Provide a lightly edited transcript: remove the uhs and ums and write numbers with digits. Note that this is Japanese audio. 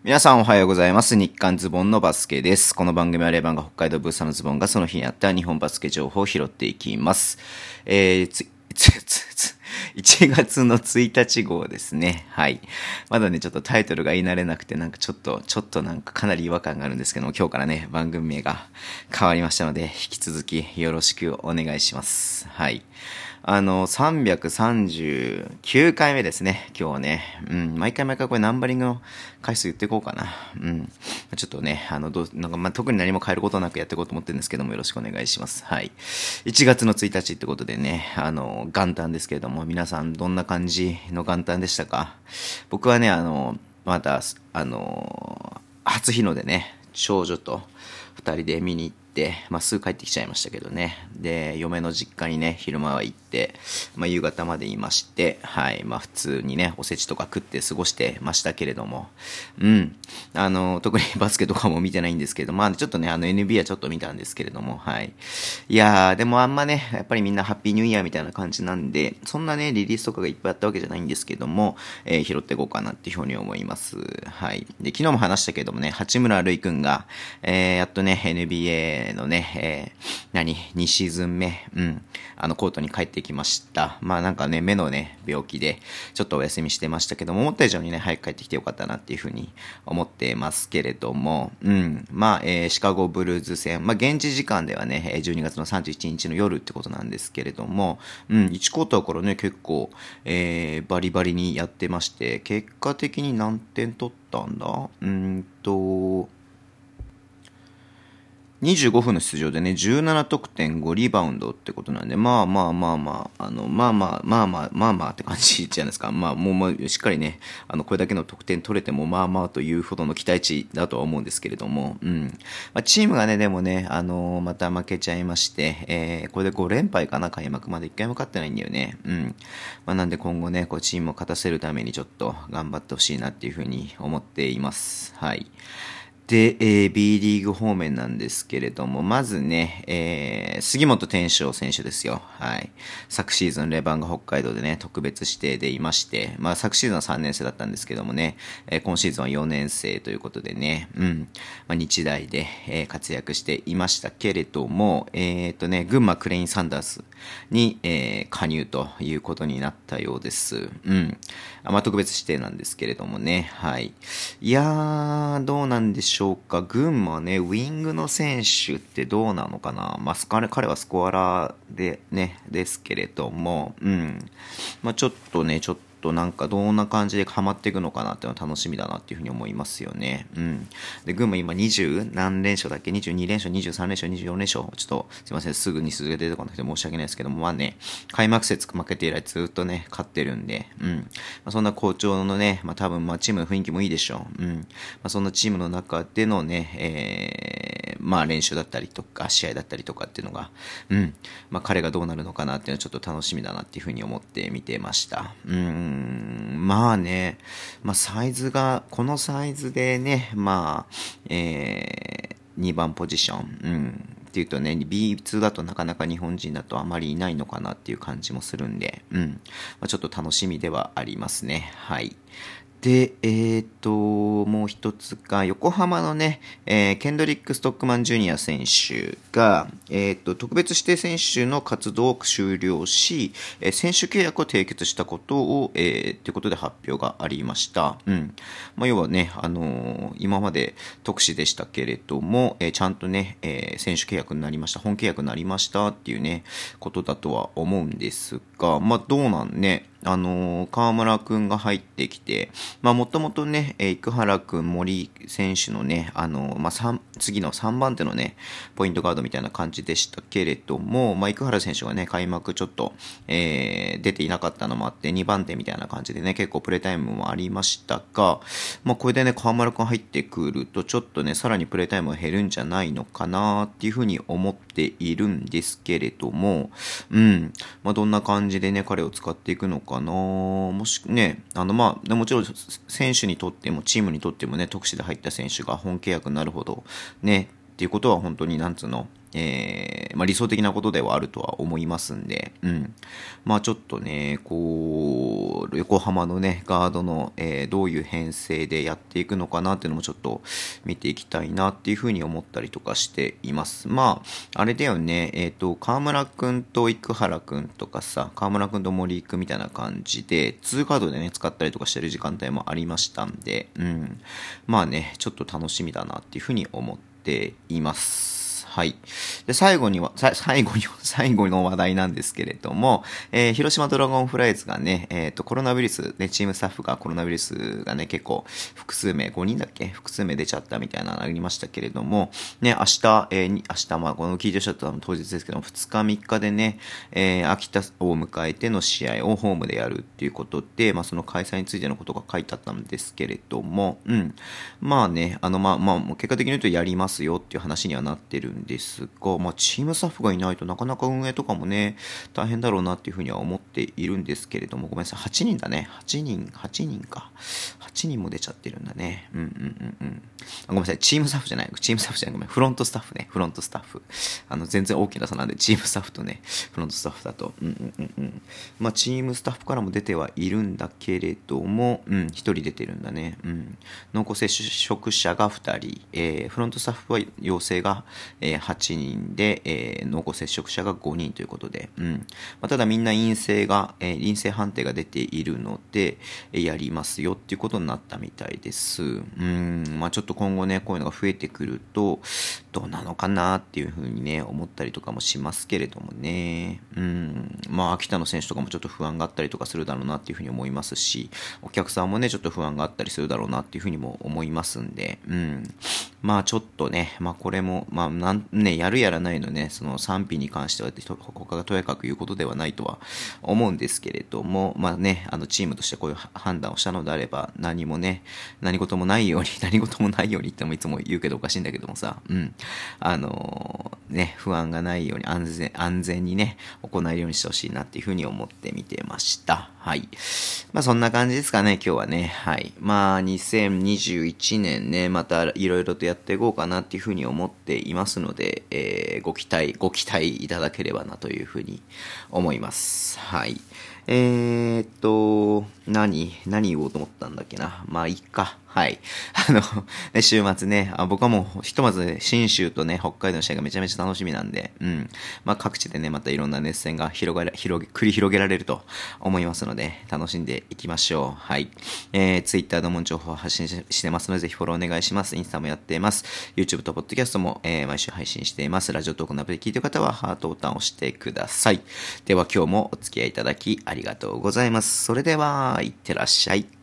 皆さんおはようございます。日刊ズボンのバスケです。この番組はレバンが北海道ブースターのズボンがその日にあった日本バスケ情報を拾っていきます。1月の1日号ですね。はい。まだね、ちょっとタイトルが言い慣れなくて、なんかちょっとなんかかなり違和感があるんですけども、今日からね、番組名が変わりましたので、引き続きよろしくお願いします。はい。339回目ですね、今日はね。毎回これナンバリングの回数言っていこうかな。ちょっとね、特に何も変えることなくやっていこうと思ってるんですけども、よろしくお願いします。はい。1月の1日ってことでね、元旦ですけれども、皆さんどんな感じの元旦でしたか？僕はね、また、初日の出ね、少女と二人で見に行って、すぐ帰ってきちゃいましたけどね。で、嫁の実家にね、昼間は行って、夕方までいまして、はい、普通にね、おせちとか食って過ごしてましたけれども、特にバスケとかも見てないんですけど、ちょっとね、NBA はちょっと見たんですけれども、はい。いやー、でもあんまね、やっぱりみんなハッピーニューイヤーみたいな感じなんで、そんなね、リリースとかがいっぱいあったわけじゃないんですけども、拾っていこうかなっていうふうに思います。はい。で、昨日も話したけどもね、八村塁くんが、やっとね、NBA のね、2シーズン目、コートに帰ってきました。なんかね、目のね、病気で、ちょっとお休みしてましたけども、思った以上にね、早く帰ってきてよかったなっていうふうに思ってますけれども、シカゴブルーズ戦、現地時間ではね、12月の31日の夜ってことなんですけれども、1クォーターからね、結構、バリバリにやってまして、結果的に何点取ったんだ25分の出場でね、17得点5リバウンドってことなんで、って感じじゃないですか。もうしっかりね、これだけの得点取れても、というほどの期待値だとは思うんですけれども、チームがね、でもね、また負けちゃいまして、これで5連敗かな、開幕まで1回も勝ってないんだよね。なんで今後ね、こうチームを勝たせるためにちょっと頑張ってほしいなっていうふうに思っています。はい。で、B リーグ方面なんですけれども、まずね、杉本天翔選手ですよ。はい。昨シーズン、レバンが北海道でね、特別指定でいまして、昨シーズンは3年生だったんですけどもね、今シーズンは4年生ということでね、日大で、活躍していましたけれども、群馬クレインサンダースに、加入ということになったようです。特別指定なんですけれどもね、はい。いやー、どうなんでしょうか。群馬ね、ウィングの選手ってどうなのかな。彼はスコアラーでね、ですけれども、ちょっとなんかどんな感じでハマっていくのかなっていうのは楽しみだなっていうふうに思いますよね。で、群馬今20何連勝だっけ？ 22 連勝、23連勝、24連勝。ちょっとすいません、すぐに数字が出てこなくて申し訳ないですけども、開幕節負けて以来ずっとね、勝ってるんで、そんな好調のね、多分チームの雰囲気もいいでしょう。そんなチームの中でのね、練習だったりとか、試合だったりとかっていうのが、彼がどうなるのかなっていうのはちょっと楽しみだなっていうふうに思って見てました。サイズが、このサイズでね、2番ポジション、っていうとね、B2 だとなかなか日本人だとあまりいないのかなっていう感じもするんで、ちょっと楽しみではありますね。はい。で、もう一つが、横浜のね、ケンドリック・ストックマン・ジュニア選手が、特別指定選手の活動を終了し、選手契約を締結したことを、ということで発表がありました。要はね、今まで特使でしたけれども、ちゃんとね、選手契約になりました、本契約になりましたっていうね、ことだとは思うんですが、どうなんね、河村くんが入ってきて、もともとね、生原くん、森選手のね、次の3番手のね、ポイントガードみたいな感じでしたけれども、生原選手がね、開幕ちょっと、出ていなかったのもあって、2番手みたいな感じでね、結構プレータイムもありましたが、これでね、河村くん入ってくると、ちょっとね、さらにプレータイムが減るんじゃないのかなっていうふうに思っているんですけれども、どんな感じでね、彼を使っていくのかな。もしね、もちろん選手にとってもチームにとってもね、特使で入った選手が本契約になるほどね、っていうことは本当になんつうの、 理想的なことではあるとは思いますんで、ちょっとね、こう、横浜のね、ガードの、どういう編成でやっていくのかなっていうのもちょっと見ていきたいなっていうふうに思ったりとかしています。あれだよね、河村くんと生原くんとかさ、河村くんと森くんみたいな感じで、2ガードでね、使ったりとかしてる時間帯もありましたんで、ちょっと楽しみだなっていうふうに思っています。はい。で、最後の話題なんですけれども、広島ドラゴンフライズがね、コロナウイルス、ね、チームスタッフがコロナウイルスがね、結構、複数名、5人だっけ複数名出ちゃったみたいなのありましたけれども、ね、明日、この聞いてらっしゃったの当日ですけども、2日3日でね、秋田を迎えての試合をホームでやるっていうことで、その開催についてのことが書いてあったんですけれども、結果的に言うとやりますよっていう話にはなってるんですが、チームスタッフがいないとなかなか運営とかもね、大変だろうなっていうふうには思っているんですけれども、ごめんなさい、8人だね。8人か。8人も出ちゃってるんだね。ごめんなさい、チームスタッフじゃない、ごめん、フロントスタッフね、フロントスタッフ。全然大きな差なんで、チームスタッフとね、フロントスタッフだと。チームスタッフからも出てはいるんだけれども、1人出てるんだね。濃厚接触者が2人、フロントスタッフは陽性が、8人で、濃厚接触者が5人ということで、ただみんな陰性判定が出ているので、やりますよっていうことになったみたいです。ちょっと今後ね、こういうのが増えてくると、どうなのかなっていうふうにね、思ったりとかもしますけれどもね。秋田の選手とかもちょっと不安があったりとかするだろうなっていうふうに思いますし、お客さんもね、ちょっと不安があったりするだろうなっていうふうにも思いますんで、ちょっとね、これも、やるやらないのね、その賛否に関しては、他がとやかく言うことではないとは思うんですけれども、チームとしてこういう判断をしたのであれば、何事もないようにってもいつも言うけどおかしいんだけどもさ、不安がないように安全にね、行えるようにしてほしいなっていうふうに思って見てました。はい。そんな感じですかね、今日はね。はい。2021年ね、またいろいろとやっていこうかなっていうふうに思っていますので、ご期待いただければなというふうに思います。はい。何言おうと思ったんだっけな。いっか。はい。週末ね、僕はもう、ひとまずね、新州とね、北海道の試合がめちゃめちゃ楽しみなんで、各地でね、またいろんな熱戦が繰り広げられると思いますので、楽しんでいきましょう。はい。Twitter でも情報を発信してますので、ぜひフォローお願いします。インスタもやっています。YouTube と Podcast も、毎週配信しています。ラジオトークのアプリ聞いている方は、ハートボタンを押してください。では今日もお付き合いいただきありがとうございます。それでは、いってらっしゃい。